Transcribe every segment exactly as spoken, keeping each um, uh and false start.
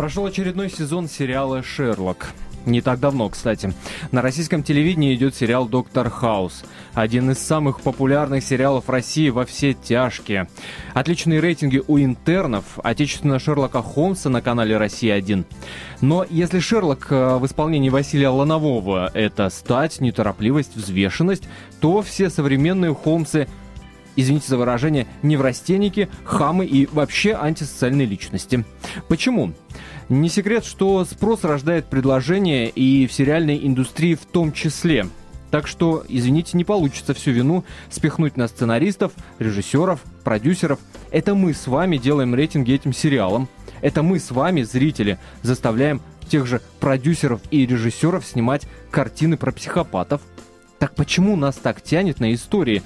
Прошел очередной сезон сериала «Шерлок». Не так давно, кстати. На российском телевидении идет сериал «Доктор Хаус». Один из самых популярных сериалов России во все тяжкие. Отличные рейтинги у интернов, отечественного Шерлока Холмса на канале «Россия один». Но если Шерлок в исполнении Василия Ланового — это стать, неторопливость, взвешенность, то все современные Холмсы, извините за выражение, неврастенники, хамы и вообще антисоциальные личности. Почему? Не секрет, что спрос рождает предложение, и в сериальной индустрии в том числе. Так что, извините, не получится всю вину спихнуть на сценаристов, режиссеров, продюсеров. Это мы с вами делаем рейтинги этим сериалам. Это мы с вами, зрители, заставляем тех же продюсеров и режиссеров снимать картины про психопатов. Так почему нас так тянет на истории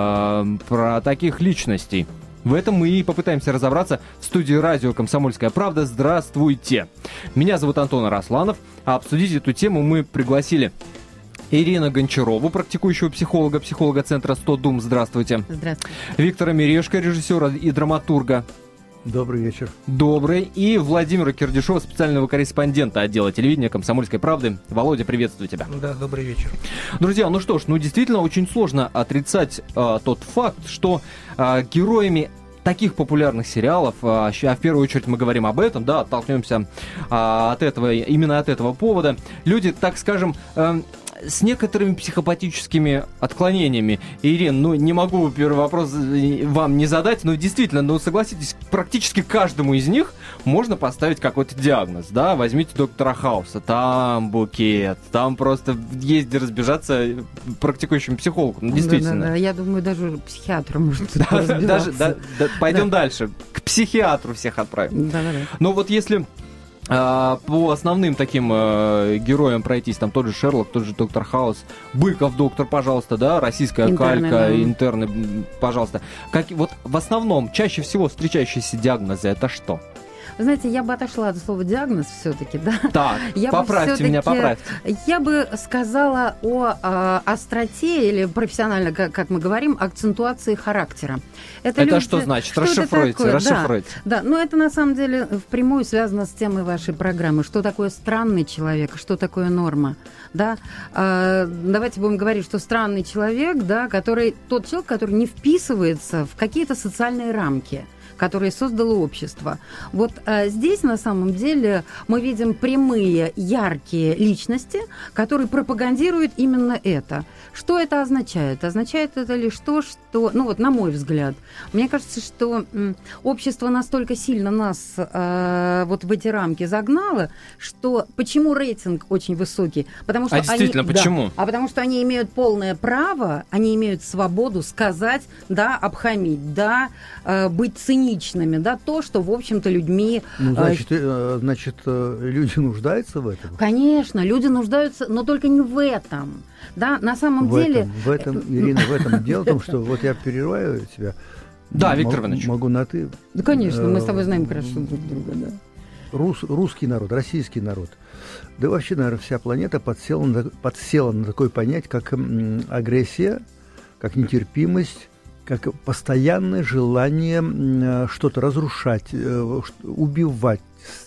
э, про таких личностей? В этом мы и попытаемся разобраться в студии радио «Комсомольская правда». Здравствуйте! Меня зовут Антон Арасланов, а обсудить эту тему мы пригласили Ирину Гончарову, практикующего психолога, психолога центра сто дум. Здравствуйте. Здравствуйте. Виктора Мирешко, режиссера и драматурга. Добрый вечер. Добрый. И Владимира Кирдюшова, специального корреспондента отдела телевидения «Комсомольской правды». Володя, приветствую тебя. Да, добрый вечер. Друзья, ну что ж, ну действительно очень сложно отрицать э, тот факт, что э, героями таких популярных сериалов, э, а в первую очередь мы говорим об этом, да, оттолкнемся э, от этого, именно от этого повода, люди, так скажем, э, с некоторыми психопатическими отклонениями. Ирин, ну не могу первый вопрос вам не задать, но действительно, ну согласитесь, практически каждому из них можно поставить какой-то диагноз, да? Возьмите доктора Хауса, там букет, там просто есть где разбежаться практикующему психологу, ну действительно. Да, да, да. Я думаю, даже психиатру может да, разбираться. Даже, да, да, пойдем да. дальше, к психиатру всех отправим. Да, да, да. Но вот если... А, по основным таким э, героям пройтись, там тот же Шерлок, тот же доктор Хаус, Быков доктор, пожалуйста, да, российская интерны, калька, да. интерны, пожалуйста. Как, вот в основном, чаще всего встречающиеся диагнозы — это что? Вы знаете, я бы отошла от слова «диагноз» все-таки, да? Так, я поправьте меня, поправьте. Я бы сказала о э, остроте, или профессионально, как, как мы говорим, акцентуации характера. Это, это люди... что значит? Что расшифруйте, это расшифруйте. Да, да, но это на самом деле впрямую связано с темой вашей программы. Что такое странный человек, что такое норма? Да? Э, давайте будем говорить, что странный человек, да, который, тот человек, который не вписывается в какие-то социальные рамки, которые создало общество. Вот а, здесь, на самом деле, мы видим прямые, яркие личности, которые пропагандируют именно это. Что это означает? Означает это лишь то, что, ну вот, на мой взгляд, мне кажется, что м, общество настолько сильно нас а, вот в эти рамки загнало, что почему рейтинг очень высокий? Потому что а действительно, они, почему? Да, а потому что они имеют полное право, они имеют свободу сказать, да, обхамить, да, а, быть циничными, да, то, что, в общем-то, людьми... Ну, значит, э, значит, люди нуждаются в этом? Конечно, люди нуждаются, но только не в этом. Да, на самом в деле... Этом, в этом, Ирина, в этом дело в том, что вот я перерываю тебя. Да, Виктор Иванович. Могу на «ты». Да, конечно, мы с тобой знаем хорошо друг друга, да. Рус, русский народ, российский народ, да вообще, наверное, вся планета подсела на, подсела на такое понятие, как м, агрессия, как нетерпимость, как постоянное желание что-то разрушать, убивать,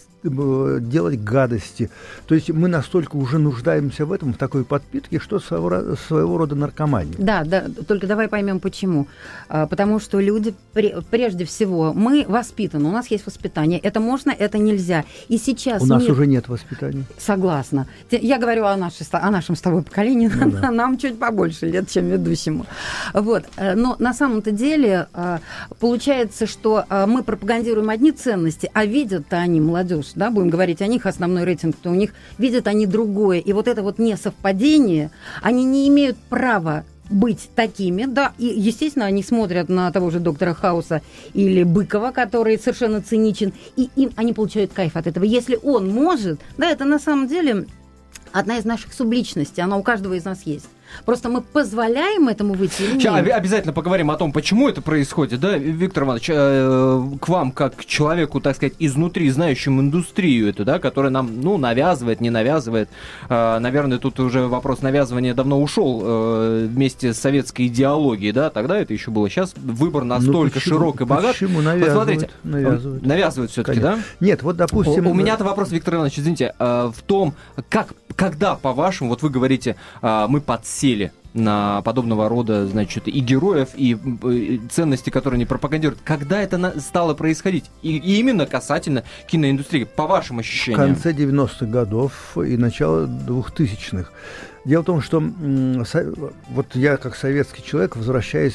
делать гадости. То есть мы настолько уже нуждаемся в этом, в такой подпитке, что своего, своего рода наркомания. Да, да, только давай поймем почему. А, потому что люди, прежде всего, мы воспитаны, у нас есть воспитание. Это можно, это нельзя. И сейчас... У нас мир... уже нет воспитания. Согласна. Я говорю о, нашей, о нашем с тобой поколении, ну, да. Нам чуть побольше лет, чем ведущему. Вот. Но на самом-то деле получается, что мы пропагандируем одни ценности, а видят-то они, молодежь, да, будем говорить о них, основной рейтинг-то у них, видят они другое. И вот это вот несовпадение, они не имеют права быть такими, да, и, естественно, они смотрят на того же доктора Хауса или Быкова, который совершенно циничен, и им они получают кайф от этого. Если он может, да, это на самом деле одна из наших субличностей, она у каждого из нас есть. Просто мы позволяем этому выйти или нет? Сейчас обязательно поговорим о том, почему это происходит, да, Виктор Иванович, э, к вам, как к человеку, так сказать, изнутри, знающему индустрию эту, да, которая нам, ну, навязывает, не навязывает. Э, наверное, тут уже вопрос навязывания давно ушел э, вместе с советской идеологией, да, тогда это еще было. Сейчас выбор настолько ну, широк и богат. Почему навязывают? Вот смотрите, навязывают, навязывают все-таки, да? Нет, вот, допустим... У, у меня-то вопрос, Виктор Иванович, извините, э, в том, как, когда, по-вашему, вот вы говорите, э, мы подсели на подобного рода, значит, и героев, и, и ценности, которые они пропагандируют. Когда это на, стало происходить? И, и именно касательно киноиндустрии, по вашим ощущениям? В конце девяностых годов и начало двухтысячных. Дело в том, что м, со, вот я, как советский человек, возвращаясь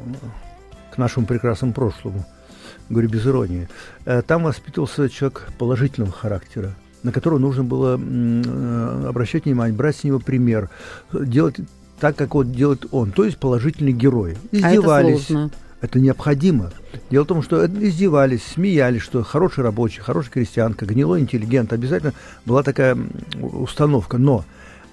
к нашему прекрасному прошлому, говорю без иронии, э, там воспитывался человек положительного характера, на которого нужно было м, обращать внимание, брать с него пример, делать так, как вот делает он, то есть положительный герой. Издевались. А это, это необходимо. Дело в том, что издевались, смеялись, что хороший рабочий, хорошая крестьянка, гнилой интеллигент. Обязательно была такая установка. Но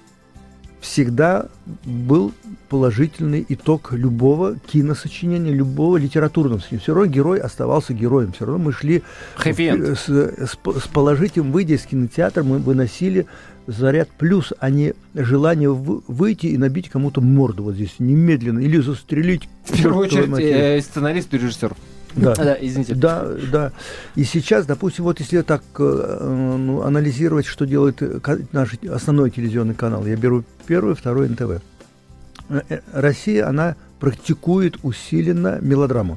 всегда был положительный итог любого киносочинения, любого литературного сочинения. Все равно герой оставался героем. Все равно мы шли с, с, с положительным, выйдя из кинотеатра, мы выносили заряд плюс, а не желание выйти и набить кому-то морду вот здесь немедленно или застрелить. В первую очередь э, сценарист и режиссер. Да. да, извините. Да, да. И сейчас, допустим, вот если так э, ну, анализировать, что делает наш основной телевизионный канал, я беру первый, второй эн тэ вэ. Россия, она практикует усиленно мелодраму.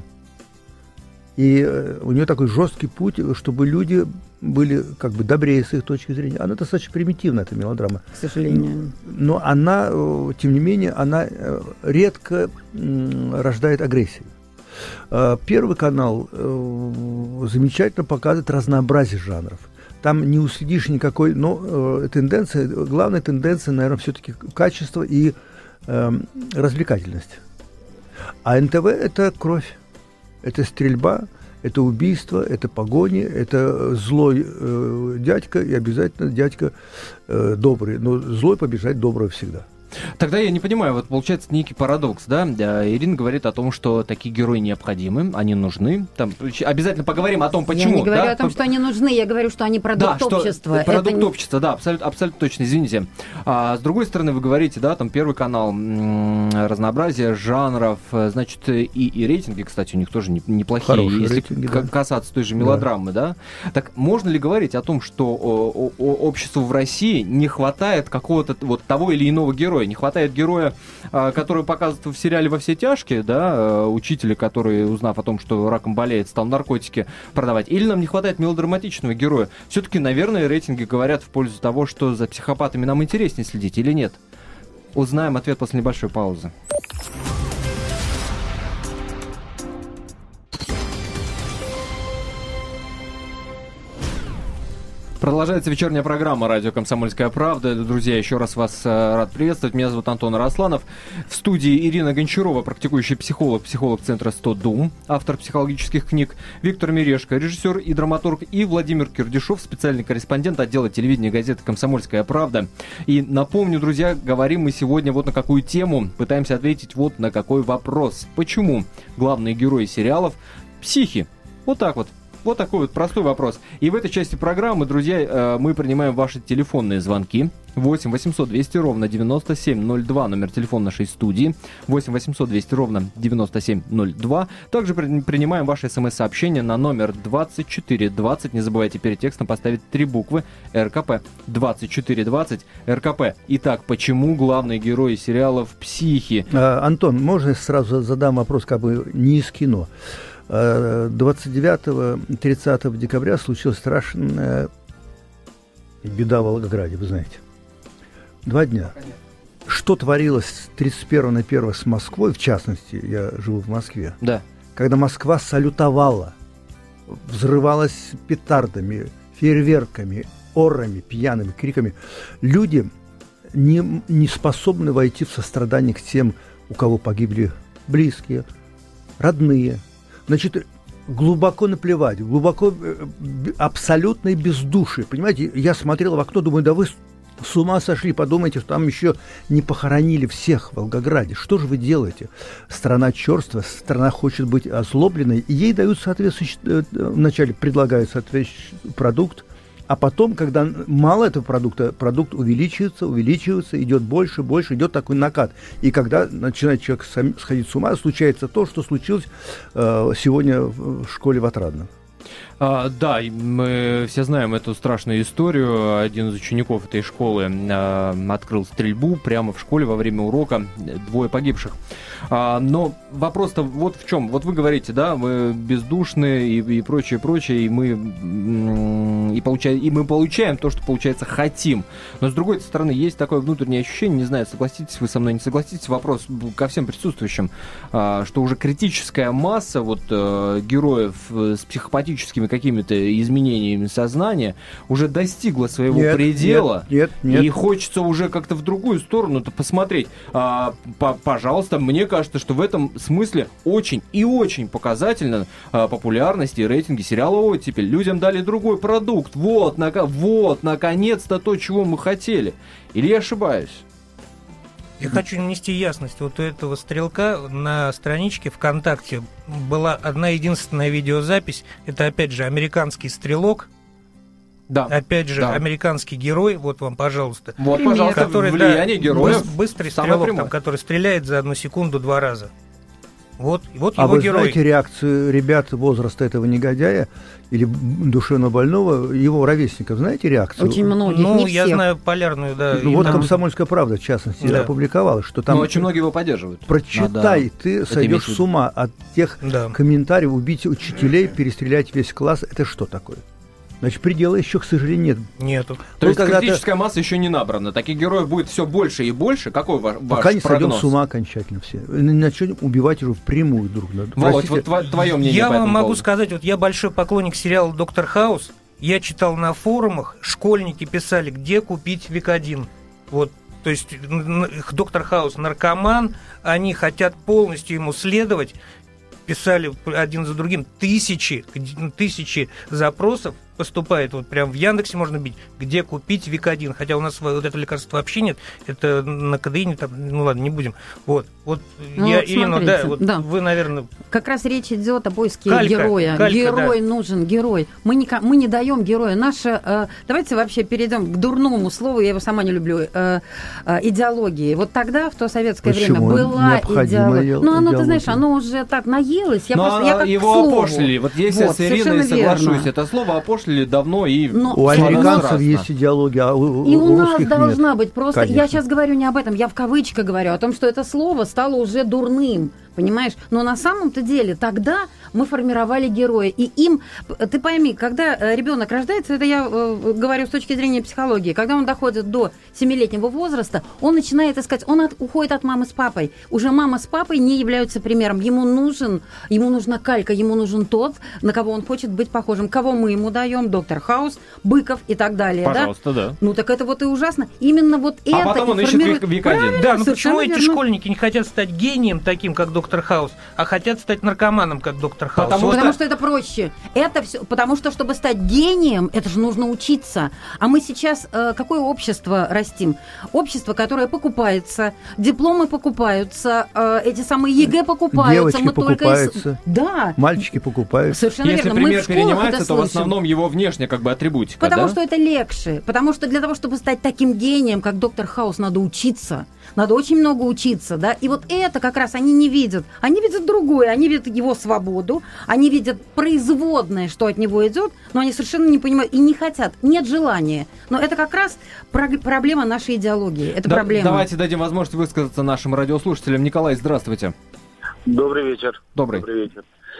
И э, у нее такой жесткий путь, чтобы люди были как бы добрее с их точки зрения. Она достаточно примитивна, эта мелодрама. К сожалению. Но она, э, тем не менее, она э, редко э, рождает агрессию. Э, Первый канал э, замечательно показывает разнообразие жанров. Там не уследишь никакой, но э, тенденция, главная тенденция, наверное, все-таки качество и э, развлекательность. А эн тэ вэ – это кровь. Это стрельба, это убийство, это погони, это злой э, дядька, и обязательно дядька э, добрый. Но злой побеждает доброго всегда. Тогда я не понимаю, вот получается некий парадокс, да? Ирина говорит о том, что такие герои необходимы, они нужны. Там обязательно поговорим о том, почему. Я не говорю да? о том, что они нужны, я говорю, что они продукт да, общества. Что, продукт Это... общества, да, абсолютно, абсолютно точно, извините. А с другой стороны, вы говорите, да, там Первый канал, м- разнообразие жанров, значит, и, и рейтинги, кстати, у них тоже не, неплохие, хорошие если рейтинги, к- да. касаться той же мелодрамы, да. да? Так можно ли говорить о том, что о, о, обществу в России не хватает какого-то вот того или иного героя, не хватает героя, который показывают в сериале «Во все тяжкие», да, учителя, который, узнав о том, что раком болеет, стал наркотики продавать, или нам не хватает мелодраматичного героя? Все-таки, наверное, рейтинги говорят в пользу того, что за психопатами нам интереснее следить, или нет? Узнаем ответ после небольшой паузы. Продолжается вечерняя программа «Радио Комсомольская правда». Друзья, еще раз вас э, рад приветствовать. Меня зовут Антон Арасланов. В студии Ирина Гончарова, практикующий психолог, психолог центра сто дум, автор психологических книг, Виктор Мирешко, режиссер и драматург, и Владимир Кирдюшов, специальный корреспондент отдела телевидения газеты «Комсомольская правда». И напомню, друзья, говорим мы сегодня вот на какую тему, пытаемся ответить вот на какой вопрос. Почему главные герои сериалов – психи? Вот так вот. Вот такой вот простой вопрос. И в этой части программы, друзья, мы принимаем ваши телефонные звонки. восемь восемьсот двести ровно девяносто семь ноль два, номер телефона нашей студии. восемь восемьсот двести ровно девяносто семь ноль два. Также при- принимаем ваши смс-сообщения на номер двадцать четыре двадцать. Не забывайте перед текстом поставить три буквы эр ка пэ. двадцать четыре двадцать эр ка пэ. Итак, почему главные герои сериалов психи? А, Антон, можно я сразу задам вопрос, как бы не из кино? двадцать девятого - тридцатого декабря случилась страшная беда в Волгограде, вы знаете. Два дня. Что творилось с тридцать первого на первое с Москвой, в частности, я живу в Москве, Да. когда Москва салютовала, взрывалась петардами, фейерверками, орами, пьяными криками. Люди не, не способны войти в сострадание к тем, у кого погибли близкие, родные. Значит, глубоко наплевать, глубоко, абсолютное бездушие. Понимаете, я смотрел в окно, думаю, да вы С ума сошли, подумайте, что там еще не похоронили всех в Волгограде. Что же вы делаете? Страна черства, страна хочет быть озлобленной, и ей дают соответствующий, вначале предлагают соответствующий продукт, а потом, когда мало этого продукта, продукт увеличивается, увеличивается, идет больше, больше, идет такой накат. И когда начинает человек сходить с ума, случается то, что случилось э, сегодня в школе в Отрадном. А, да, мы все знаем эту страшную историю. Один из учеников этой школы а, открыл стрельбу прямо в школе во время урока. Двое погибших. А, но вопрос-то вот в чем. Вот вы говорите, да, мы бездушные и, и прочее, прочее, и мы, и, получаем, и мы получаем то, что, получается, хотим. Но, с другой стороны, есть такое внутреннее ощущение, не знаю, согласитесь вы со мной, не согласитесь, вопрос ко всем присутствующим, а, что уже критическая масса вот а, героев с психопатическими какими-то изменениями сознания уже достигла своего нет, предела, нет, нет, нет. И хочется уже как-то в другую сторону-то посмотреть. А, по- пожалуйста, мне кажется, что в этом смысле очень и очень показательно а, популярность и рейтинги сериала «Оттепель». Людям дали другой продукт. Вот, на- вот, наконец-то то, чего мы хотели. Или я ошибаюсь? Я хочу внести ясность. Вот у этого стрелка на страничке ВКонтакте была одна единственная видеозапись. Это, опять же, американский стрелок. Да. Опять же, да. американский герой. Вот вам, пожалуйста. Вот, Пример. пожалуйста, который, влияние да, героев. Быстрый стрелок, там, который стреляет за одну секунду два раза. Вот, вот а его вы герой. знаете реакцию ребят возраста этого негодяя или душевно больного, его ровесников? Знаете реакцию? Очень многих, Ну, не я всех. знаю полярную, да. Ну, вот там... «Комсомольская правда», в частности, Да. опубликовала, что там... Но очень многие его поддерживают. Прочитай, Надо ты это сойдешь иметь в виду. с ума от тех Да. комментариев, убить учителей, перестрелять весь класс. Это что такое? Значит, предела еще, к сожалению, нет. Нету. То Ну, есть когда-то- критическая масса еще не набрана. Таких героев будет все больше и больше. Какой ваш, ваш Пока не сойдем прогноз? с ума окончательно все. Начнем убивать уже впрямую друг друга. Володь, Простите, вот твое мнение Я по вам этому могу поводу. сказать, вот я большой поклонник сериала «Доктор Хаус». Я читал на форумах, школьники писали, где купить Викодин. Вот, то есть н- н- доктор Хаус наркоман, они хотят полностью ему следовать. Писали один за другим тысячи, тысячи запросов поступает, вот прям в Яндексе можно бить, где купить Викодин, хотя у нас вот это лекарство вообще нет, это на кодеине, там, ну ладно, не будем. Вот, вот Ну, я, вот Ирина, смотрите, да, вот да. вы, наверное... Как раз речь идет о поиске Калька, героя. калька, Герой да. нужен, герой. Мы не, мы не даем героя. Наша, э, давайте вообще перейдем к дурному слову, я его сама не люблю, э, э, идеологии. Вот тогда, в то советское Почему? время, была Необходимая идеология. Ну, оно, ты идеология. знаешь, оно уже так наелось. Я Но просто, я как его к слову. опошлили. Вот если Вот, с Ириной совершенно соглашусь, верно. это слово опошлили давно и... Но у американцев сладострастно. есть идеология, а у, И у, у нас русских должна нет. быть просто... Конечно. Я сейчас говорю не об этом, я в кавычках говорю о том, что это слово стало уже дурным, понимаешь? Но на самом-то деле тогда мы формировали героя, и им... Ты пойми, когда ребенок рождается, это я э, говорю с точки зрения психологии, когда он доходит до семилетнего возраста, он начинает искать, он от, уходит от мамы с папой. Уже мама с папой не являются примером. Ему нужен, ему нужна калька, ему нужен тот, на кого он хочет быть похожим. Кого мы ему даем? Доктор Хаус, Быков и так далее. Пожалуйста, да? да. Ну так это вот и ужасно. Именно вот А это потом и он ищет формирует... вик- Викодин. Правильно, Да, ну совершенно почему эти верно. школьники не хотят стать гением таким, как доктор Хаус, а хотят стать наркоманом, как доктор Хаус? Потому Вот Потому так. что это проще. Это все, потому что, чтобы стать гением, это же нужно учиться. А мы сейчас э, какое общество растим? Общество, которое покупается, дипломы покупаются, э, эти самые ЕГЭ покупаются. Девочки мы только покупаются. из... Да. Мальчики покупаются. Совершенно Если верно. Мы пример в школах перенимается, это то в слышим. основном его внешняя как бы атрибутика, Потому да? что это легче. Потому что для того, чтобы стать таким гением, как доктор Хаус, надо учиться. Надо очень много учиться, да. И вот это как раз они не видят. Они видят другое. Они видят его свободу. Они видят производное, что от него идет, но они совершенно не понимают и не хотят. Нет желания. Но это как раз про- проблема нашей идеологии. Это Да- проблема. Давайте дадим возможность высказаться нашим радиослушателям. Николай, здравствуйте. Добрый вечер. Добрый. Добрый вечер.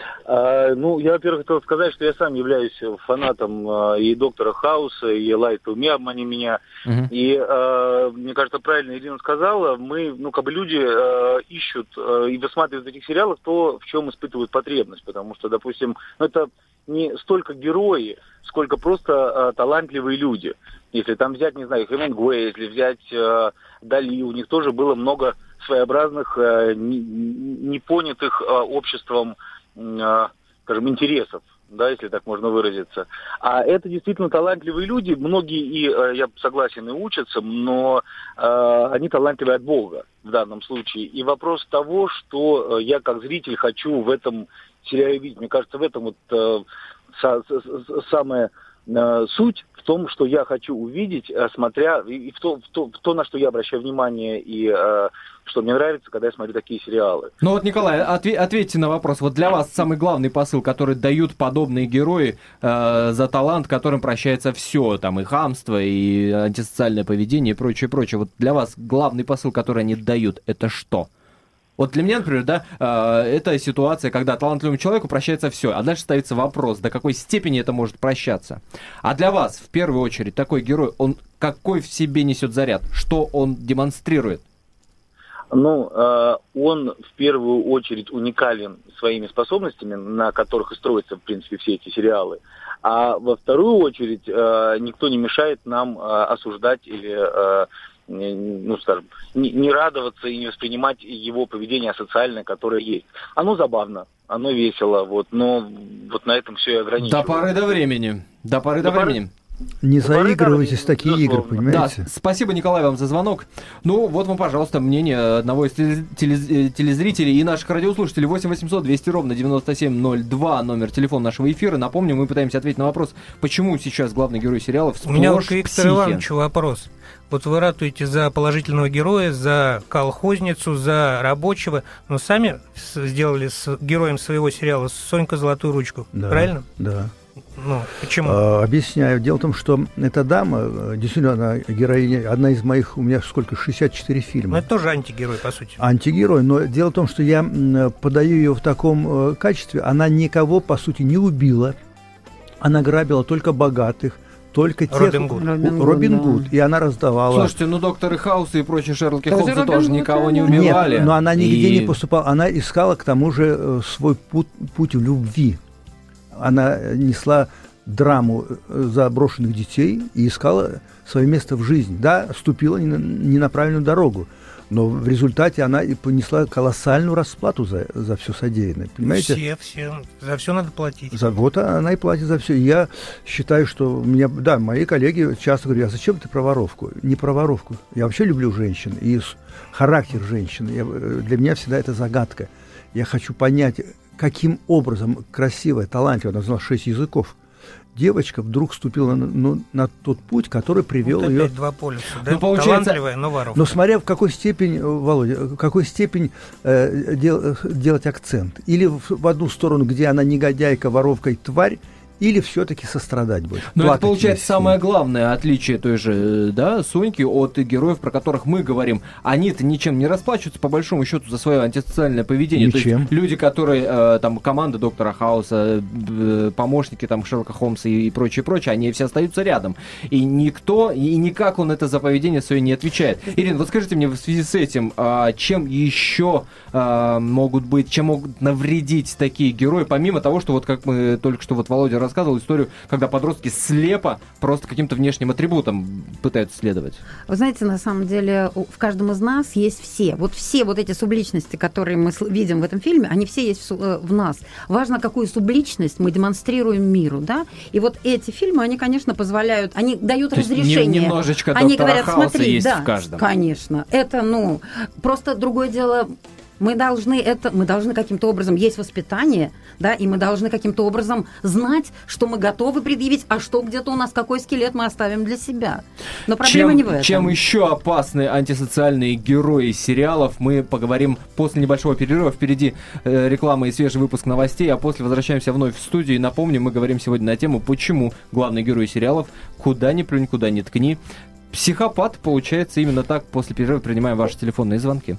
А, ну, я, во-первых, хотел сказать, что я сам являюсь фанатом а, и доктора Хауса, и Lie to Me, обмани меня. Мгм. И а, мне кажется, правильно Ирина сказала, мы, ну, как бы люди а, ищут а, и высматривают в этих сериалах то, в чем испытывают потребность. Потому что, допустим, ну, это не столько герои, сколько просто а, талантливые люди. Если там взять, не знаю, Хемингуэя, если взять а, Дали, у них тоже было много своеобразных, а, не- непонятых а, обществом скажем, интересов, да, если так можно выразиться. А это действительно талантливые люди, многие, и я согласен, и учатся, но э, они талантливые от Бога в данном случае. И вопрос того, что я как зритель хочу в этом сериале видеть. Мне кажется, в этом вот э, са- са- самая э, суть в том, что я хочу увидеть, э, смотря, и в то, в, то, в то, на что я обращаю внимание, и э, что мне нравится, когда я смотрю такие сериалы. Ну вот, Николай, отве- ответьте на вопрос. Вот для вас самый главный посыл, который дают подобные герои э, за талант, которым прощается все, там и хамство, и антисоциальное поведение, и прочее, прочее. Вот для вас главный посыл, который они дают, это что? Вот для меня, например, да, э, это ситуация, когда талантливому человеку прощается все, а дальше ставится вопрос, до какой степени это может прощаться. А для вас, в первую очередь, такой герой, он какой в себе несет заряд? Что он демонстрирует? Ну, э, он в первую очередь уникален своими способностями, на которых и строятся, в принципе, все эти сериалы. А во вторую очередь э, никто не мешает нам э, осуждать или, э, ну, скажем, не, не радоваться и не воспринимать его поведение асоциальное, которое есть. Оно забавно, оно весело, вот, но вот на этом все и ограничивается. До поры до времени. До поры до, до времени. Поры... Не заигрывайтесь в такие игры, понимаете? Да, спасибо, Николай, вам за звонок. Ну, вот вам, пожалуйста, мнение одного из телезрителей и наших радиослушателей. восемь восемьсот двести ровно девяносто семь ноль два, номер телефона нашего эфира. Напомню, мы пытаемся ответить на вопрос, почему сейчас главный герой сериалов сплошь У меня вот к Виктору психи. Ивановичу вопрос. Вот вы ратуете за положительного героя, за колхозницу, за рабочего, но сами сделали с героем своего сериала Сонька Золотую ручку, да, правильно? Да. Ну, почему? А, объясняю. Дело в том, что эта дама, действительно, она героиня, одна из моих, у меня сколько, шестьдесят четыре фильма. Ну, это тоже антигерой, по сути. Антигерой, но дело в том, что я подаю ее в таком качестве, она никого, по сути, не убила, она грабила только богатых, только тех... Робин Гуд. Робин, Робин Гуд, да. И она раздавала... Слушайте, ну докторы Хауса и прочие Шерлоки тоже Холмсы Робин тоже Гуд, никого да. не убивали. Нет, но она нигде и... не поступала, она искала, к тому же, свой путь, путь в любви. Она несла драму заброшенных детей и искала свое место в жизни. Да, ступила не на, не на правильную дорогу, но в результате она и понесла колоссальную расплату за, за все содеянное. Понимаете? Все, все. За все надо платить. За, вот она и платит за все. И я считаю, что у меня, да, мои коллеги часто говорят, а зачем ты про воровку? Не про воровку. Я вообще люблю женщин и характер женщины. Я, для меня всегда это загадка. Я хочу понять, каким образом красивая, талантливая, она знала шесть языков, девочка вдруг вступила на, ну, на тот путь, который привел вот ее... два полюса, да? Ну, получается... Талантливая, но воровка. Но смотря в какой степени, Володя, в какой степени э, дел, делать акцент. Или в, в одну сторону, где она негодяйка, воровка и тварь, или все-таки сострадать будет. Но это получается самое главное отличие той же, да, Соньки от героев, про которых мы говорим. Они-то ничем не расплачиваются, по большому счету, за свое антисоциальное поведение. Ничем. То есть люди, которые, э, там, команда доктора Хауса, э, помощники там Шерлока Холмса и, и прочее, прочее, они все остаются рядом. И никто, и никак он это за поведение свое не отвечает. Ирина, вот скажите мне в связи с этим, э, чем еще э, могут быть, чем могут навредить такие герои, помимо того, что вот как мы только что вот Володя рассказывал историю, когда подростки слепо просто каким-то внешним атрибутом пытаются следовать. Вы знаете, на самом деле в каждом из нас есть все. Вот все вот эти субличности, которые мы видим в этом фильме, они все есть в, в нас. Важно, какую субличность мы демонстрируем миру, да? И вот эти фильмы, они, конечно, позволяют, они дают То разрешение. Немножечко они доктора говорят, Хауса смотри, есть да, в каждом. Конечно. Это, ну, просто другое дело. Мы должны это, мы должны каким-то образом, есть воспитание, да, и мы должны каким-то образом знать, что мы готовы предъявить, а что где-то у нас, какой скелет мы оставим для себя. Но проблема чем, не в этом. Чем еще опасны антисоциальные герои сериалов, мы поговорим после небольшого перерыва. Впереди э, реклама и свежий выпуск новостей, а после возвращаемся вновь в студию. И напомню, мы говорим сегодня на тему, почему главный герой сериалов куда ни плюнь, куда ни ткни. Психопат, получается, именно так. После перерыва принимаем ваши телефонные звонки.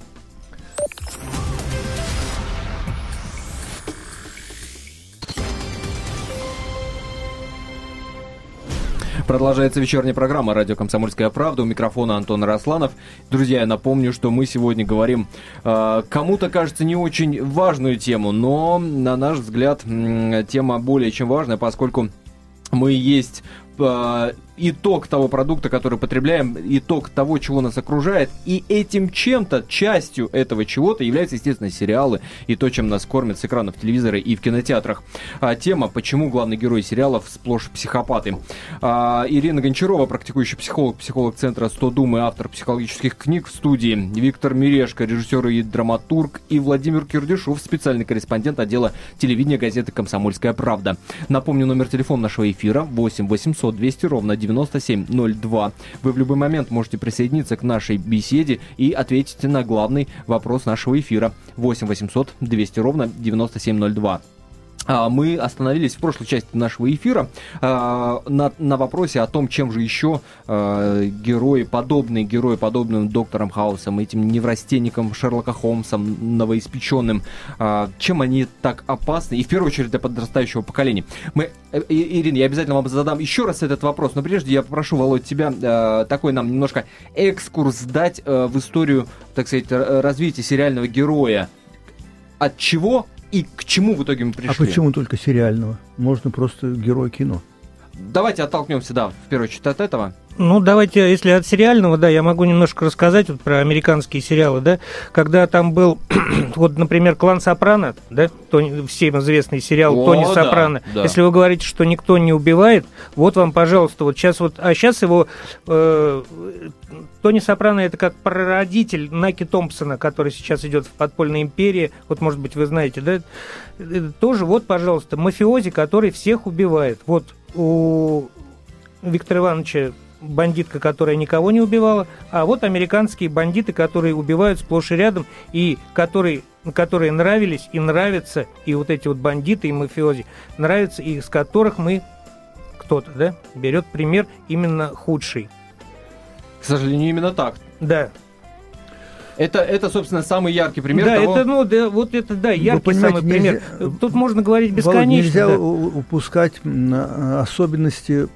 Продолжается вечерняя программа «Радио Комсомольская правда». У микрофона Антон Росланов. Друзья, я напомню, что мы сегодня говорим э, кому-то, кажется, не очень важную тему, но, на наш взгляд, э, тема более чем важная, поскольку мы есть э, итог того продукта, который потребляем, итог того, чего нас окружает, и этим чем-то, частью этого чего-то являются, естественно, сериалы и то, чем нас кормят с экранов телевизора и в кинотеатрах. А, тема, почему главный герой сериалов сплошь психопаты. А, Ирина Гончарова, практикующий психолог, психолог Центра сто дум и автор психологических книг в студии, Виктор Мирешко, режиссер и драматург, и Владимир Кирдюшов, специальный корреспондент отдела телевидения газеты «Комсомольская правда». Напомню, номер телефона нашего эфира восемь восемьсот двести ровно девяносто семь ноль два. Вы в любой момент можете присоединиться к нашей беседе и ответить на главный вопрос нашего эфира. восемь восемьсот двести ровно девяносто семь ноль два. Мы остановились в прошлой части нашего эфира э, на, на вопросе о том, чем же еще э, герои, подобные герои, подобным доктором Хаусом, этим неврастенникам Шерлока Холмсом новоиспеченным, э, чем они так опасны, и в первую очередь для подрастающего поколения. Мы, э, Ирина, я обязательно вам задам еще раз этот вопрос, но прежде я попрошу, Володь, тебя э, такой нам немножко экскурс дать э, в историю, так сказать, развития сериального героя. От чего и к чему в итоге мы пришли? А почему только сериального? Можно просто герой кино. Давайте оттолкнемся, да, в первую очередь от этого. Ну, давайте, если от сериального, да, я могу немножко рассказать вот про американские сериалы, да, когда там был, вот, например, «Клан Сопрано», да, Тони, всем известный сериал О, Тони да, Сопрано. Да. Если вы говорите, что никто не убивает, вот вам, пожалуйста, вот сейчас вот, а сейчас его, э, Тони Сопрано это как прародитель Наки Томпсона, который сейчас идет в «Подпольной империи», вот, может быть, вы знаете, да, тоже, вот, пожалуйста, мафиози, который всех убивает. Вот у Виктора Ивановича бандитка, которая никого не убивала, а вот американские бандиты, которые убивают сплошь и рядом, и которые, которые нравились и нравятся, и вот эти вот бандиты и мафиози нравятся, и из которых мы, кто-то, да, берет пример именно худший. К сожалению, именно так. Да. Это, это, собственно, самый яркий пример да, того... это, ну, да, вот это, да, яркий самый пример. Нельзя, Тут можно говорить бесконечно. Володь, нельзя да. упускать особенности,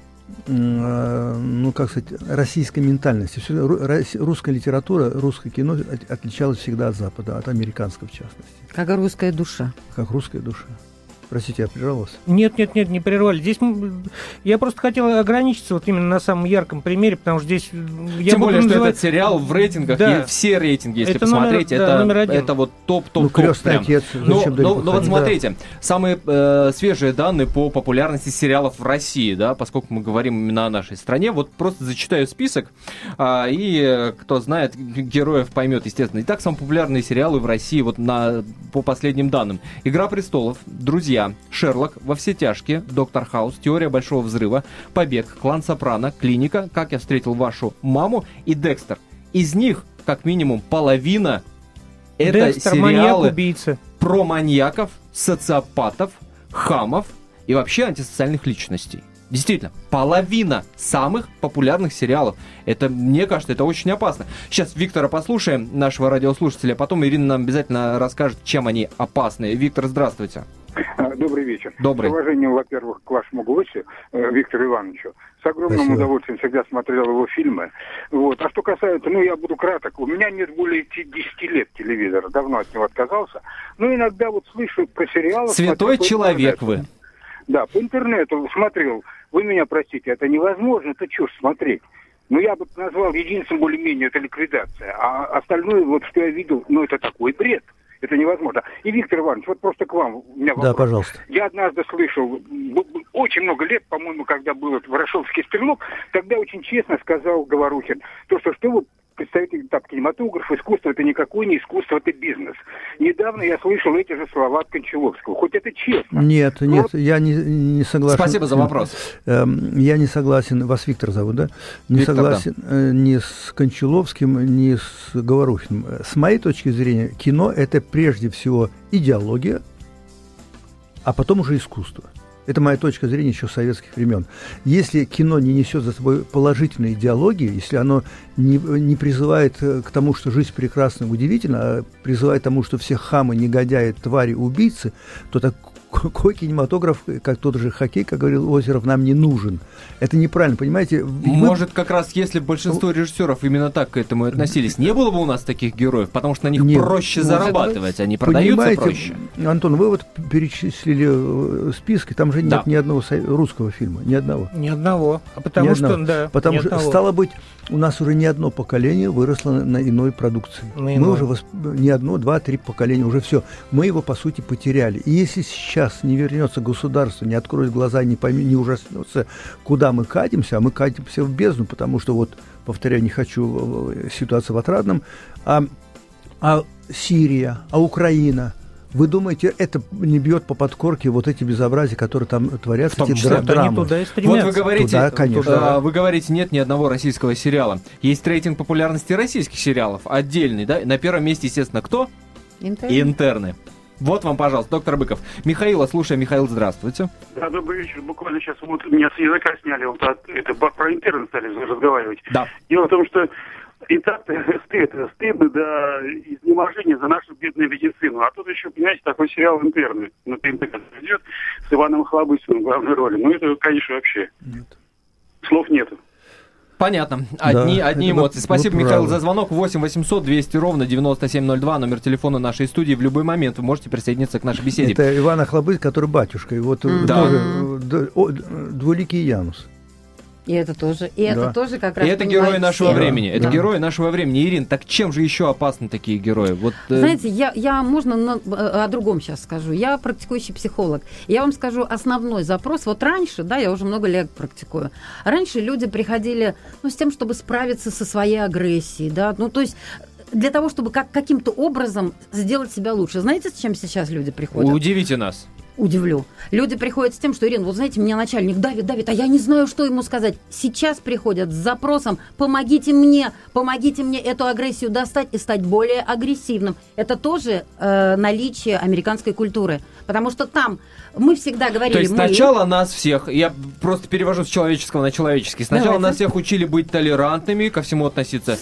ну, как сказать, российской ментальности. Русская литература, русское кино отличалось всегда от Запада, от американского в частности. Как русская душа. Как русская душа. Простите, я прервал вас? Нет, нет, нет, не прервали. Здесь я просто хотел ограничиться вот именно на самом ярком примере, потому что здесь... Я Тем более, что называть... этот сериал в рейтингах, да. и все рейтинги, если это посмотреть, номер, это, да, номер один. это вот топ-топ-топ. Ну, «Крестный отец». Ну, ну, ну вот смотрите, да. самые э, свежие данные по популярности сериалов в России, да, поскольку мы говорим именно о нашей стране, вот просто зачитаю список, э, и кто знает, героев поймет, естественно. Итак, самые популярные сериалы в России вот на, по последним данным. «Игра престолов», «Друзья», «Шерлок», «Во все тяжкие», «Доктор Хаус», «Теория большого взрыва», «Побег», «Клан Сопрано», «Клиника», «Как я встретил вашу маму» и «Декстер». Из них, как минимум, половина это Декстер, сериалы маньяк-убийца. Про маньяков, социопатов, хамов и вообще антисоциальных личностей. Действительно, половина самых популярных сериалов. Это, мне кажется, это очень опасно. Сейчас Виктора послушаем, нашего радиослушателя, а потом Ирина нам обязательно расскажет, чем они опасны. Виктор, здравствуйте. Добрый вечер. Добрый. С уважением, во-первых, к вашему гостю, Виктору Ивановичу. С огромным Спасибо. удовольствием всегда смотрел его фильмы. Вот. А что касается, ну, я буду краток. У меня нет более десяти лет телевизора. Давно от него отказался. Но иногда вот слышу про сериалы. Святой человек вы. Да, по интернету смотрел. Вы меня простите, это невозможно, это чушь смотреть. Но я бы назвал единственным более-менее это ликвидация. А остальное, вот что я видел, ну, это такой бред. Это невозможно. И, Виктор Иванович, вот просто к вам у меня вопрос. Да, пожалуйста. Я однажды слышал, очень много лет, по-моему, когда был Ворошиловский стрелок, тогда очень честно сказал Говорухин, то, что что вы представитель так, кинематограф, искусство, это никакое не искусство, это бизнес. Недавно я слышал эти же слова от Кончаловского. Хоть это честно. Нет, но... нет, я не, не согласен. Спасибо за вопрос. Я не согласен, вас Виктор зовут, да? Не Виктор, согласен да. ни с Кончаловским, ни с Говорухиным. С моей точки зрения, кино – это прежде всего идеология, а потом уже искусство. Это моя точка зрения еще с советских времен. Если кино не несет за собой положительной идеологии, если оно не, не призывает к тому, что жизнь прекрасна и удивительна, а призывает к тому, что все хамы, негодяи, твари, убийцы, то так, какой кинематограф, как тот же хоккей, как говорил Озеров, нам не нужен. Это неправильно, понимаете? Может, мы... как раз если большинство режиссеров именно так к этому относились, не было бы у нас таких героев, потому что на них Нет, проще зарабатывать, они продаются понимаете, проще. Антон, вы вот перечислили списки, там же нет да. ни одного русского фильма, ни одного. Ни одного. А потому ни что, одного. да. Потому что, одного. стало быть, у нас уже не одно поколение выросло на, на иной продукции. На мы иной. уже восп... не одно, два, три поколения, уже все. Мы его, по сути, потеряли. И если сейчас не вернется государство, не откроет глаза, не, пойми, не ужаснется, куда мы катимся, а мы катимся в бездну, потому что, вот, повторяю, не хочу ситуацию в Отрадном, а, а Сирия, а Украина. Вы думаете, это не бьет по подкорке вот эти безобразия, которые там творятся, эти дра- драмы? Туда и стремятся. Вот вы говорите, туда, конечно. Туда, вы говорите, нет ни одного российского сериала. Есть рейтинг популярности российских сериалов, отдельный, да? На первом месте, естественно, кто? Интерны. Интерны. Вот вам, пожалуйста, доктор Быков. Михаила, слушай, Михаил, здравствуйте. Да, добрый вечер. Буквально сейчас вот меня с языка сняли, вот от, это, про интерны стали разговаривать. Да. Дело в том, что и так-то стыдно, стыдно до изнеможения за нашу бедную медицину. А тут еще, понимаете, такой сериал «Интерны» на ТНТ идет с Иваном Охлобыстиным в главной роли. Ну, это, конечно, вообще Нет. слов нету. Понятно. Одни, да, одни эмоции. Вы, Спасибо, вы Михаил, правы. за звонок. восемь восемьсот двести ровно девяносто семь ноль два, номер телефона нашей студии. В любой момент вы можете присоединиться к нашей беседе. Это Иван Охлобыстин, который батюшка. И вот mm-hmm. тоже двуликий Янус. И это тоже, и да. это тоже как раз... И это герои нашего все. времени. Да. Это да. герои нашего времени. Ирин, так чем же еще опасны такие герои? Вот, э... Знаете, я, я можно на, о другом сейчас скажу. Я практикующий психолог. Я вам скажу основной запрос. Вот раньше, да, я уже много лет практикую. Раньше люди приходили, ну, с тем, чтобы справиться со своей агрессией, да, ну, то есть для того, чтобы как, каким-то образом сделать себя лучше. Знаете, с чем сейчас люди приходят? Удивите нас. Удивлю. Люди приходят с тем, что, Ирина, вот знаете, меня начальник давит, давит, а я не знаю, что ему сказать. Сейчас приходят с запросом: помогите мне, помогите мне эту агрессию достать и стать более агрессивным. Это тоже э, наличие американской культуры. Потому что там мы всегда говорили... То есть мы... сначала нас всех, я просто перевожу с человеческого на человеческий, сначала Давайте. нас всех учили быть толерантными, ко всему относиться...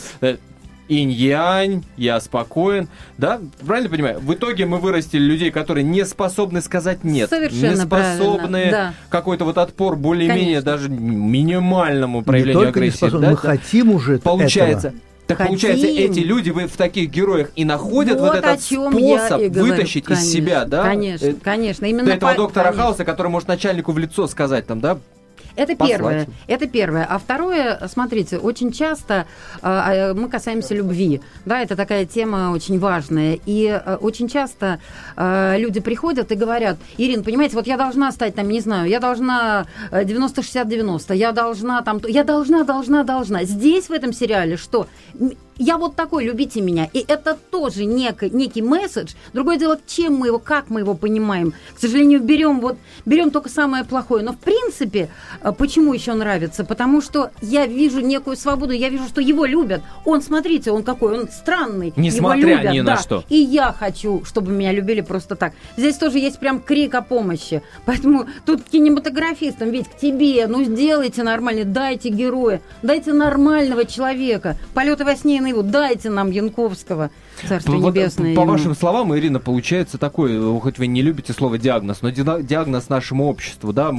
инь-янь, я спокоен, да? Правильно понимаю? В итоге мы вырастили людей, которые не способны сказать нет. Совершенно не способны да. какой-то вот отпор более-менее даже минимальному проявлению не только агрессии. Не способны, да? мы хотим уже Получается. этого. Так Хотим. получается, эти люди в таких героях и находят вот, вот этот способ вытащить конечно, из себя, да? Конечно, конечно. Именно До этого по... доктора конечно. Хауса, который может начальнику в лицо сказать там, да? Это Послать. первое. Это первое. А второе, смотрите, очень часто э, мы касаемся любви. Да, это такая тема очень важная. И э, очень часто э, люди приходят и говорят: Ирина, понимаете, вот я должна стать там, не знаю, я должна девяносто шестьдесят девяносто, я должна там, я должна, должна, должна. Здесь в этом сериале что? Я вот такой, любите меня. И это тоже некий, некий месседж. Другое дело, чем мы его, как мы его понимаем. К сожалению, берем, вот, берем только самое плохое. Но в принципе, почему еще нравится? Потому что я вижу некую свободу, я вижу, что его любят. Он, смотрите, он какой, он странный. Несмотря его любят, ни да. на что. И я хочу, чтобы меня любили просто так. Здесь тоже есть прям крик о помощи. Поэтому тут кинематографистам, ведь к тебе, ну сделайте нормально, дайте героя, дайте нормального человека. Полеты во сне и наяву, дайте нам Янковского, Царство вот, Небесное. По ему. вашим словам, Ирина, получается такой, хоть вы не любите слово диагноз, но диагноз нашему обществу, да,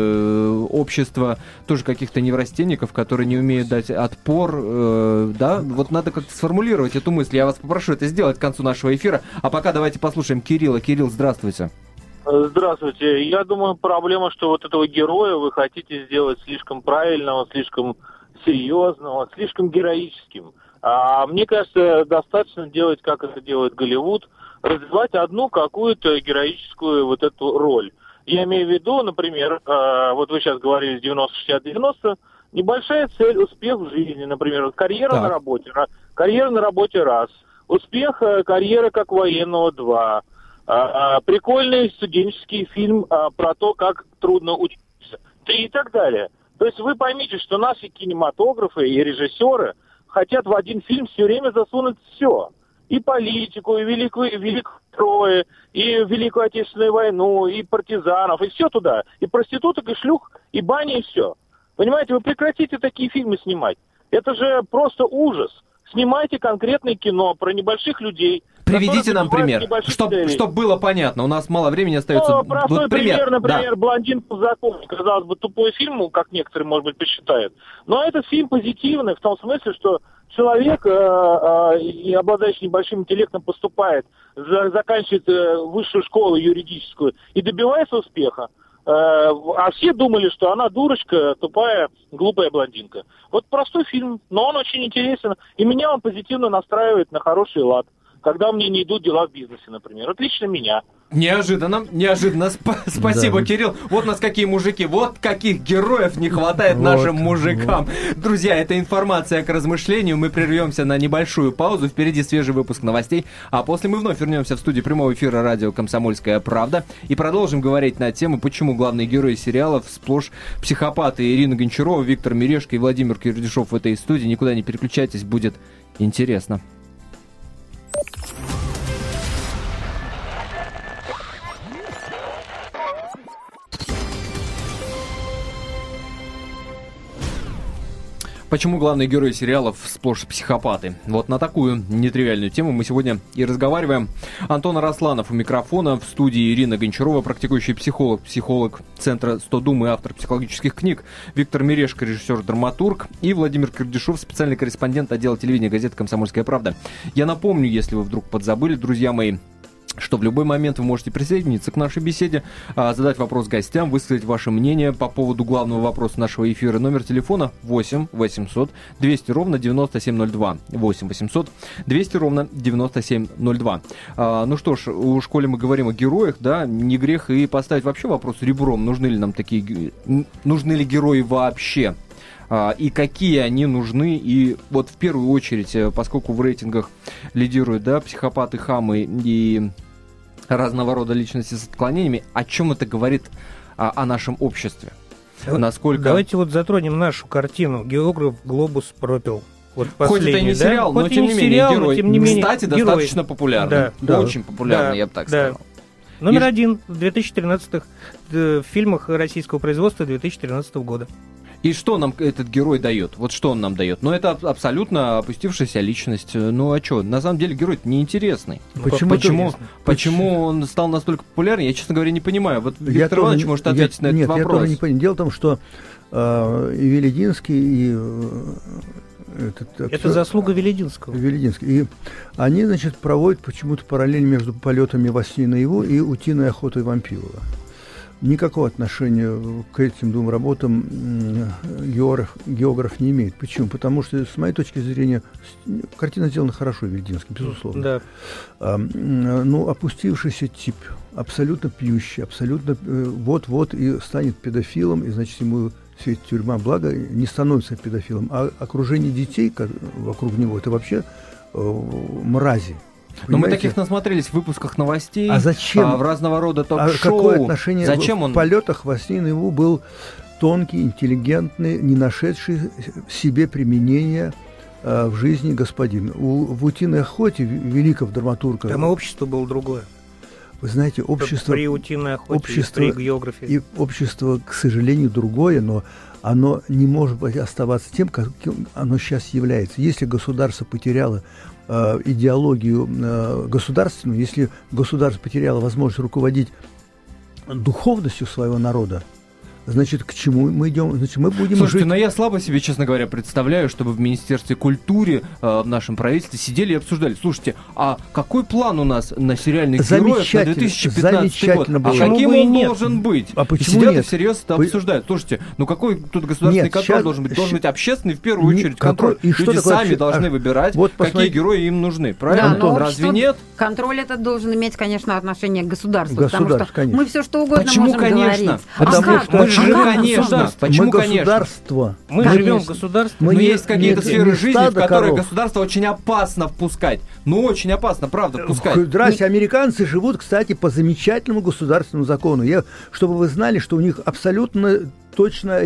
мы общество тоже каких-то неврастенников, которые не умеют дать отпор, э, да, вот надо как-то сформулировать эту мысль. Я вас попрошу это сделать к концу нашего эфира, а пока давайте послушаем Кирилла. Кирилл, здравствуйте. Здравствуйте. Я думаю, проблема, что вот этого героя вы хотите сделать слишком правильного, слишком серьезного, слишком героическим. А мне кажется, достаточно делать, как это делает Голливуд, развивать одну какую-то героическую вот эту роль. Я имею в виду, например, вот вы сейчас говорили девяносто шестьдесят девяносто, небольшая цель, успех в жизни, например, карьера так. на работе, карьера на работе раз, успех карьеры как военного два, прикольный студенческий фильм про то, как трудно учиться, и так далее. То есть вы поймите, что наши кинематографы и режиссеры хотят в один фильм все время засунуть все. И политику, и Великую, Великую Трою, и Великую Отечественную войну, и партизанов, и все туда. И проституток, и шлюх, и бани, и все. Понимаете, вы прекратите такие фильмы снимать. Это же просто ужас. Снимайте конкретное кино про небольших людей. Приведите нам пример, чтобы чтоб было понятно. У нас мало времени остается. Ну, простой вот пример, пример, например, да. «Блондинка в законе». Казалось бы, тупой фильм, как некоторые, может быть, посчитают. Но этот фильм позитивный в том смысле, что человек, э, э, и обладающий небольшим интеллектом, поступает, за, заканчивает э, высшую школу юридическую и добивается успеха. А все думали, что она дурочка, тупая, глупая блондинка. Вот простой фильм, но он очень интересен. И меня он позитивно настраивает на хороший лад, когда мне не идут дела в бизнесе, например. Вот лично меня. Неожиданно, неожиданно. Сп- спасибо, да. Кирилл. Вот нас какие мужики, вот каких героев не хватает вот, нашим мужикам. Вот. Друзья, это информация к размышлению. Мы прервемся на небольшую паузу. Впереди свежий выпуск новостей. А после мы вновь вернемся в студию прямого эфира радио «Комсомольская правда» и продолжим говорить на тему, почему главные герои сериалов сплошь психопаты. Ирина Гончарова, Виктор Мирешко и Владимир Кирдюшов в этой студии. Никуда не переключайтесь, будет интересно. Почему главные герои сериалов сплошь психопаты? Вот на такую нетривиальную тему мы сегодня и разговариваем. Антон Арасланов у микрофона, в студии Ирина Гончарова, практикующий психолог, психолог Центра сто дум и автор психологических книг, Виктор Мирешко, режиссер-драматург, и Владимир Кирдюшов, специальный корреспондент отдела телевидения газеты «Комсомольская правда». Я напомню, если вы вдруг подзабыли, друзья мои, что в любой момент вы можете присоединиться к нашей беседе, задать вопрос гостям, высказать ваше мнение по поводу главного вопроса нашего эфира. Номер телефона восемь восемьсот двести ровно девяносто семь ноль два. восемь восемьсот двести ровно девяносто семь ноль два. А, ну что ж, у школе мы говорим о героях, да, не грех и поставить вообще вопрос ребром, нужны ли нам такие, нужны ли герои вообще? И какие они нужны, и вот в первую очередь, поскольку в рейтингах лидируют, да, психопаты, хамы и разного рода личности с отклонениями, о чем это говорит о, о нашем обществе? Насколько... Давайте вот затронем нашу картину. Географ Глобус пропил. Вот хоть это и не сериал, да? но, тем не, менее, сериал, герой. но тем не менее Кстати, герой. достаточно популярный. Да, да, очень популярный, да, я бы так да. сказал. Номер и... один в две тысячи тринадцатом в фильмах российского производства две тысячи тринадцатого года. И что нам этот герой дает? Вот что он нам дает? Ну, это абсолютно опустившаяся личность. Ну, а что? На самом деле герой неинтересный. Ну, почему, почему, почему он стал настолько популярным? Я, честно говоря, не понимаю. Вот я Виктор Иванович не, может ответить я, на нет, этот вопрос. Нет, я тоже не понимаю. Дело в том, что э, и Велединский, и... Э, этот, это актер, заслуга Велединского. Велединский. И они, значит, проводят почему-то параллель между полетами во сне наяву и утиной охотой Вампилова. Никакого отношения к этим двум работам географ, географ не имеет. Почему? Потому что, с моей точки зрения, картина сделана хорошо, Велединским, безусловно. Да. А, ну, опустившийся тип, абсолютно пьющий, абсолютно вот-вот и станет педофилом, и, значит, ему светит тюрьма. Благо, не становится педофилом, а окружение детей вокруг него – это вообще э, мрази. Но мы таких насмотрелись в выпусках новостей, а зачем? А, в разного рода ток-шоу. А какое отношение зачем в, он? в полетах во сне наяву был тонкий, интеллигентный, не нашедший себе применения а, в жизни господин. У, в «Утиной охоте» великого драматурга... Там и общество было другое. Вы знаете, общество... При «Утиной охоте», общество, при географии. И общество, к сожалению, другое, но оно не может быть оставаться тем, каким оно сейчас является. Если государство потеряло э, идеологию э, государственную, если государство потеряло возможность руководить духовностью своего народа, значит, к чему мы идем? Значит, мы будем Слушайте, жить... но я слабо себе, честно говоря, представляю, чтобы в Министерстве культуры, э, в нашем правительстве сидели и обсуждали. Слушайте, а какой план у нас на сериальных героев на две тысячи пятнадцатый год? Было. А каким он нет? должен быть? А почему сидят нет? и всерьез это Вы... обсуждают. Слушайте, ну какой тут государственный нет, контроль сейчас... должен быть? Должен быть общественный, в первую не... очередь, контроль. И что Люди такое сами обще... должны а... выбирать, вот какие посмотри... герои им нужны. Правильно? Да, Разве общество... нет? Контроль этот должен иметь, конечно, отношение к государству. Государство, потому что конечно. мы все что угодно Почему, можем конечно? говорить. Потому а что как? мы же а живем, как конечно. государство? Почему, мы конечно? государство. Мы Конечно. живем в государстве. Мы Но не, есть какие-то не, сферы не жизни, в стадо которые коров. государство очень опасно впускать. Ну, очень опасно, правда, впускать. Здрасте, американцы живут, кстати, по замечательному государственному закону. Я, чтобы вы знали, что у них абсолютно точно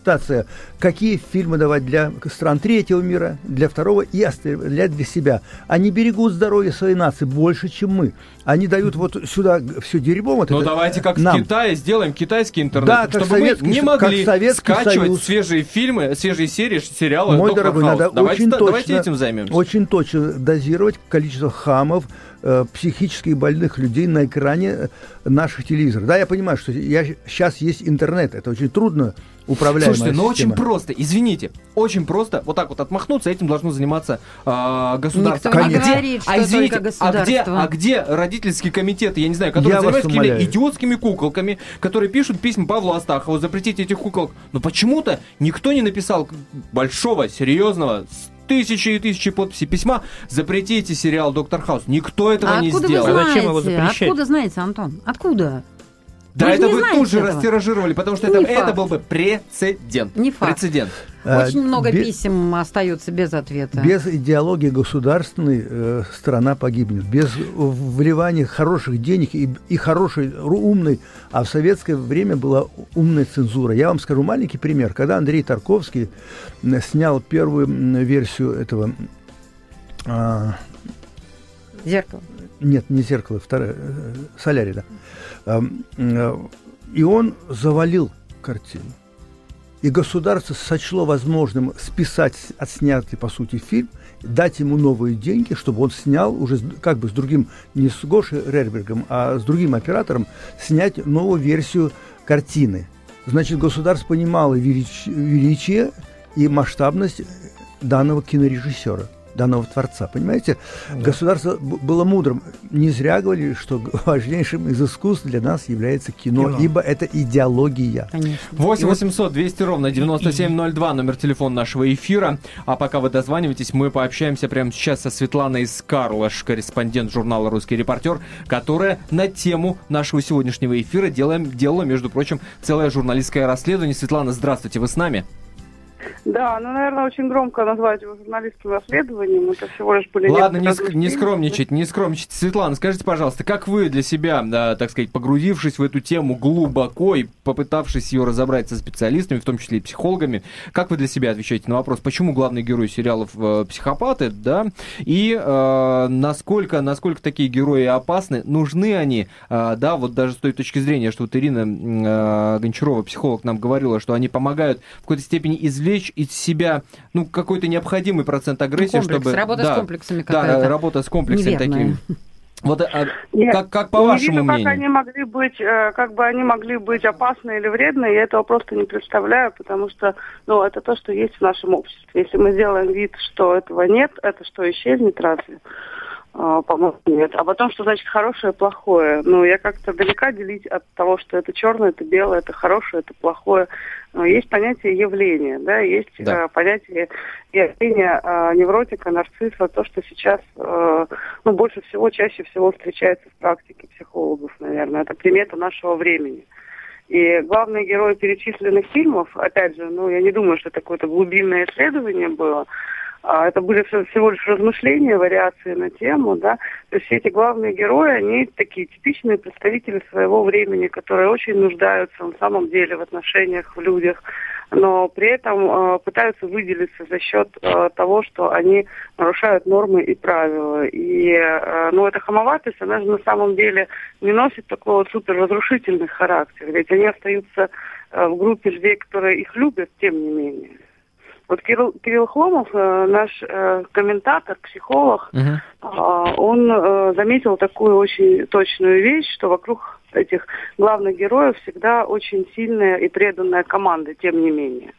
ориентация, какие фильмы давать для стран третьего мира, для второго и оставлять для себя. Они берегут здоровье своей нации больше, чем мы. Они дают вот сюда все дерьмо. Вот ну это давайте как нам. В Китае сделаем китайский интернет, да, чтобы советский, мы не могли скачивать Союз. свежие фильмы, свежие серии, сериалы. Мой Доктор дорогой, Хаус. надо Давайте, очень да, точно, давайте этим займемся. Очень точно дозировать количество хамов, э, психически больных людей на экране наших телевизоров. Да, я понимаю, что я, сейчас есть интернет, это очень трудно управляемая Слушайте, но система. очень просто, извините, очень просто вот так вот отмахнуться, этим должно заниматься э, государство. Никто не а где, говорит, что а, извините, только а где, государство. а где родительские комитеты, я не знаю, которые Я занимаются какими-то умоляю. идиотскими куколками, которые пишут письма Павлу Астахову, запретить этих куколок. Но почему-то никто не написал большого, серьезного, тысячи и тысячи подписей письма, запретите сериал «Доктор Хаус». Никто этого А не откуда сделал. вы А зачем его знаете? запрещать? Откуда знаете, Антон? Откуда? Да Вы же это не вы знаете тут же этого. растиражировали, потому что Не это, это факт. был бы прецедент. Не факт. Прецедент. Очень А, много бе- писем остается без ответа. Без идеологии государственной э, страна погибнет. Без вливания хороших денег и, и хорошей, ру- умной, а в советское время была умная цензура. Я вам скажу маленький пример. Когда Андрей Тарковский м, снял первую м, версию этого... а, Зеркало. Нет, не «Зеркало», вторая, э, «Солярий», да. Эм, э, И он завалил картину. И государство сочло возможным списать отснятый, по сути, фильм, дать ему новые деньги, чтобы он снял уже с- как бы с другим, не с Гошей Рербергом, а с другим оператором, снять новую версию картины. Значит, государство понимало велич- величие и масштабность данного кинорежиссера, данного творца, понимаете? Да. Государство б- было мудрым. Не зря говорили, что важнейшим из искусств для нас является кино, Кино. ибо это идеология. Конечно. восемь восемьсот двести ровно девяносто семь ноль два, номер телефона нашего эфира. А пока вы дозваниваетесь, мы пообщаемся прямо сейчас со Светланой Скарлаш, корреспондент журнала «Русский репортер», которая на тему нашего сегодняшнего эфира делаем, делала, между прочим, целое журналистское расследование. Светлана, здравствуйте, вы с нами? Да, ну, наверное, очень громко назвать его журналистским расследованием. Это всего лишь были... Ладно, не, некоторые ск- не размышления. скромничать, не скромничать. Светлана, скажите, пожалуйста, как вы для себя, да, так сказать, погрузившись в эту тему глубоко и попытавшись ее разобрать со специалистами, в том числе и психологами, как вы для себя отвечаете на вопрос, почему главные герои сериалов э, психопаты, да, и э, насколько, насколько такие герои опасны, нужны они, э, да, вот даже с той точки зрения, что вот Ирина э, Гончарова, психолог, нам говорила, что они помогают в какой-то степени извлечь из себя, ну, какой-то необходимый процент агрессии, Комплекс, чтобы... работа да, с комплексами да, какая-то. работа с комплексами неверная. такими. Вот а, Нет, как, как по не вашему вижу, мнению? как они могли быть, э, как бы они могли быть опасны или вредны, я этого просто не представляю, потому что, ну, это то, что есть в нашем обществе. Если мы сделаем вид, что этого нет, это что, исчезнет разве? А, по-моему, нет. А потом, что значит хорошее, плохое? Ну, я как-то далека делить от того, что это черное, это белое, это хорошее, это плохое. Но есть понятие явления, да, есть Да. э, понятие явления э, невротика, нарцисса, то, что сейчас, э, ну, больше всего, чаще всего встречается в практике психологов, наверное. Это примета нашего времени. И главные герои перечисленных фильмов, опять же, ну, я не думаю, что это какое-то глубинное исследование было, а это были все- всего лишь размышления, вариации на тему, да. То есть все эти главные герои, они такие типичные представители своего времени, которые очень нуждаются на самом деле в отношениях, в людях, но при этом э, пытаются выделиться за счет э, того, что они нарушают нормы и правила. И, э, ну, эта хамоватость, она же на самом деле не носит такой вот суперразрушительный характер, ведь они остаются э, в группе людей, которые их любят, тем не менее. Вот Кирилл, Кирилл Хломов, э, наш э, комментатор, психолог, Мгм. э, он э, заметил такую очень точную вещь, что вокруг этих главных героев всегда очень сильная и преданная команда, тем не менее.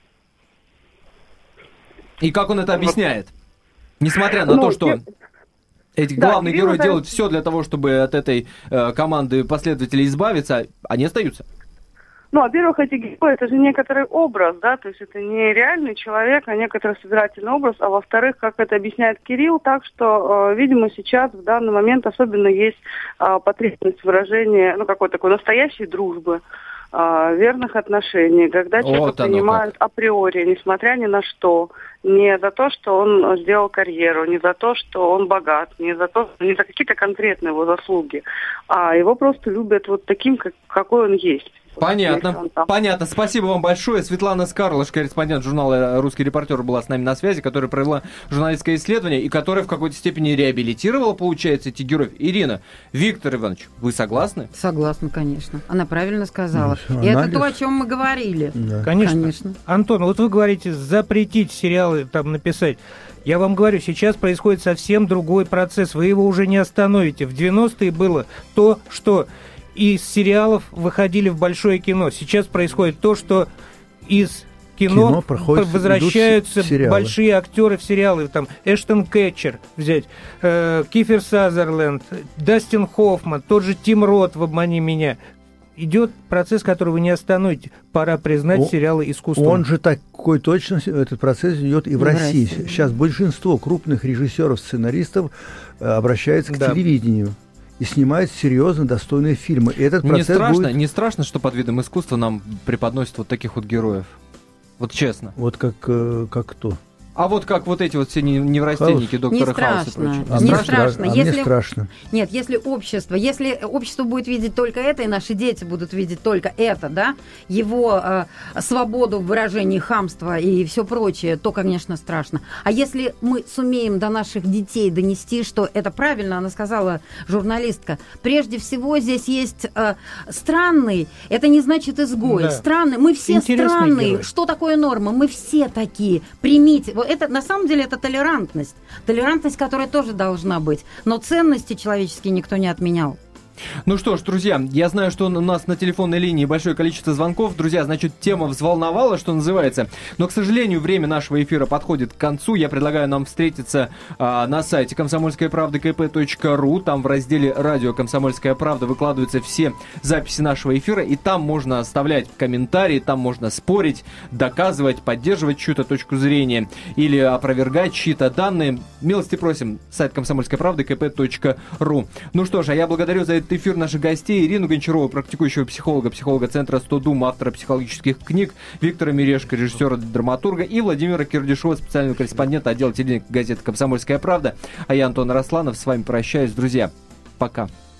И как он это объясняет? Несмотря на Ну, то, что те- эти Да, главные Кирилл герои это- делают все для того, чтобы от этой э, команды последователей избавиться, они остаются. Ну, во-первых, эти герои, это же некоторый образ, да, то есть это не реальный человек, а некоторый собирательный образ, а во-вторых, как это объясняет Кирилл, так что, э, видимо, сейчас в данный момент особенно есть э, потребность выражения, ну, какой-то такой настоящей дружбы, э, верных отношений, когда Вот человека оно принимают априори, несмотря ни на что, не за то, что он сделал карьеру, не за то, что он богат, не за то, не за какие-то конкретные его заслуги, а его просто любят вот таким, как, какой он есть. Понятно, понятно. Спасибо вам большое. Светлана Скарлыш, корреспондент журнала «Русский репортер», была с нами на связи, которая провела журналистское исследование и которая в какой-то степени реабилитировала, получается, этих героев. Ирина, Виктор Иванович, вы согласны? Согласна, конечно. Она правильно сказала. Ну, и анализ. это то, о чем мы говорили. Да. Конечно. Конечно. Антон, вот вы говорите, запретить сериалы там написать. Я вам говорю, сейчас происходит совсем другой процесс. Вы его уже не остановите. В девяностые было то, что из сериалов выходили в большое кино. Сейчас происходит то, что из кино, Кино проходит, возвращаются сериалы. большие актеры в сериалы. Там Эштон Кэтчер взять, э, Кифер Сазерленд, Дастин Хоффман, тот же Тим Рот в «Обмани меня». Идет процесс, который вы не остановите. Пора признать О, сериалы искусством. Он же такой точно, этот процесс идет и в, И в России. России. Сейчас большинство крупных режиссеров, сценаристов э, обращаются к Да. телевидению и снимают серьезно достойные фильмы. И этот Не процесс страшно, будет не страшно, что под видом искусства нам преподносят вот таких вот героев? Вот честно. вот как, э, как кто. А вот как вот эти вот все не- неврастенники доктора Не Хауса и страшно. прочее. А Не мне страшно. стра- а Если- мне страшно. Нет, если общество, если общество будет видеть только это, и наши дети будут видеть только это, да, его э, свободу в выражении хамства и все прочее, то, конечно, страшно. А если мы сумеем до наших детей донести, что это правильно, она сказала журналистка, прежде всего здесь есть э, странный, это не значит изгой, Да. странный, мы все Интересный странные. герой. Что такое норма? Мы все такие. Примите. Вот это, на самом деле, это толерантность. Толерантность, которая тоже должна быть. Но ценности человеческие никто не отменял. Ну что ж, друзья, я знаю, что у нас на телефонной линии большое количество звонков. Друзья, значит, тема взволновала, что называется. Но, к сожалению, время нашего эфира подходит к концу. Я предлагаю нам встретиться а, на сайте комсомольская правда ка пэ точка ру. Там в разделе «Радио Комсомольская правда» выкладываются все записи нашего эфира. И там можно оставлять комментарии, там можно спорить, доказывать, поддерживать чью-то точку зрения или опровергать чьи-то данные. Милости просим, сайт комсомольской правды ка пэ точка ру. Ну что ж, а я благодарю за этот эфир наших гостей: Ирину Гончарову, практикующего психолога, психолога Центра сто дум, автора психологических книг, Виктора Мирешко, режиссера, драматурга, и Владимира Кирдюшова, специального корреспондента отдела телевидения газеты «Комсомольская правда». А я, Антон Арасланов, с вами прощаюсь, друзья. Пока.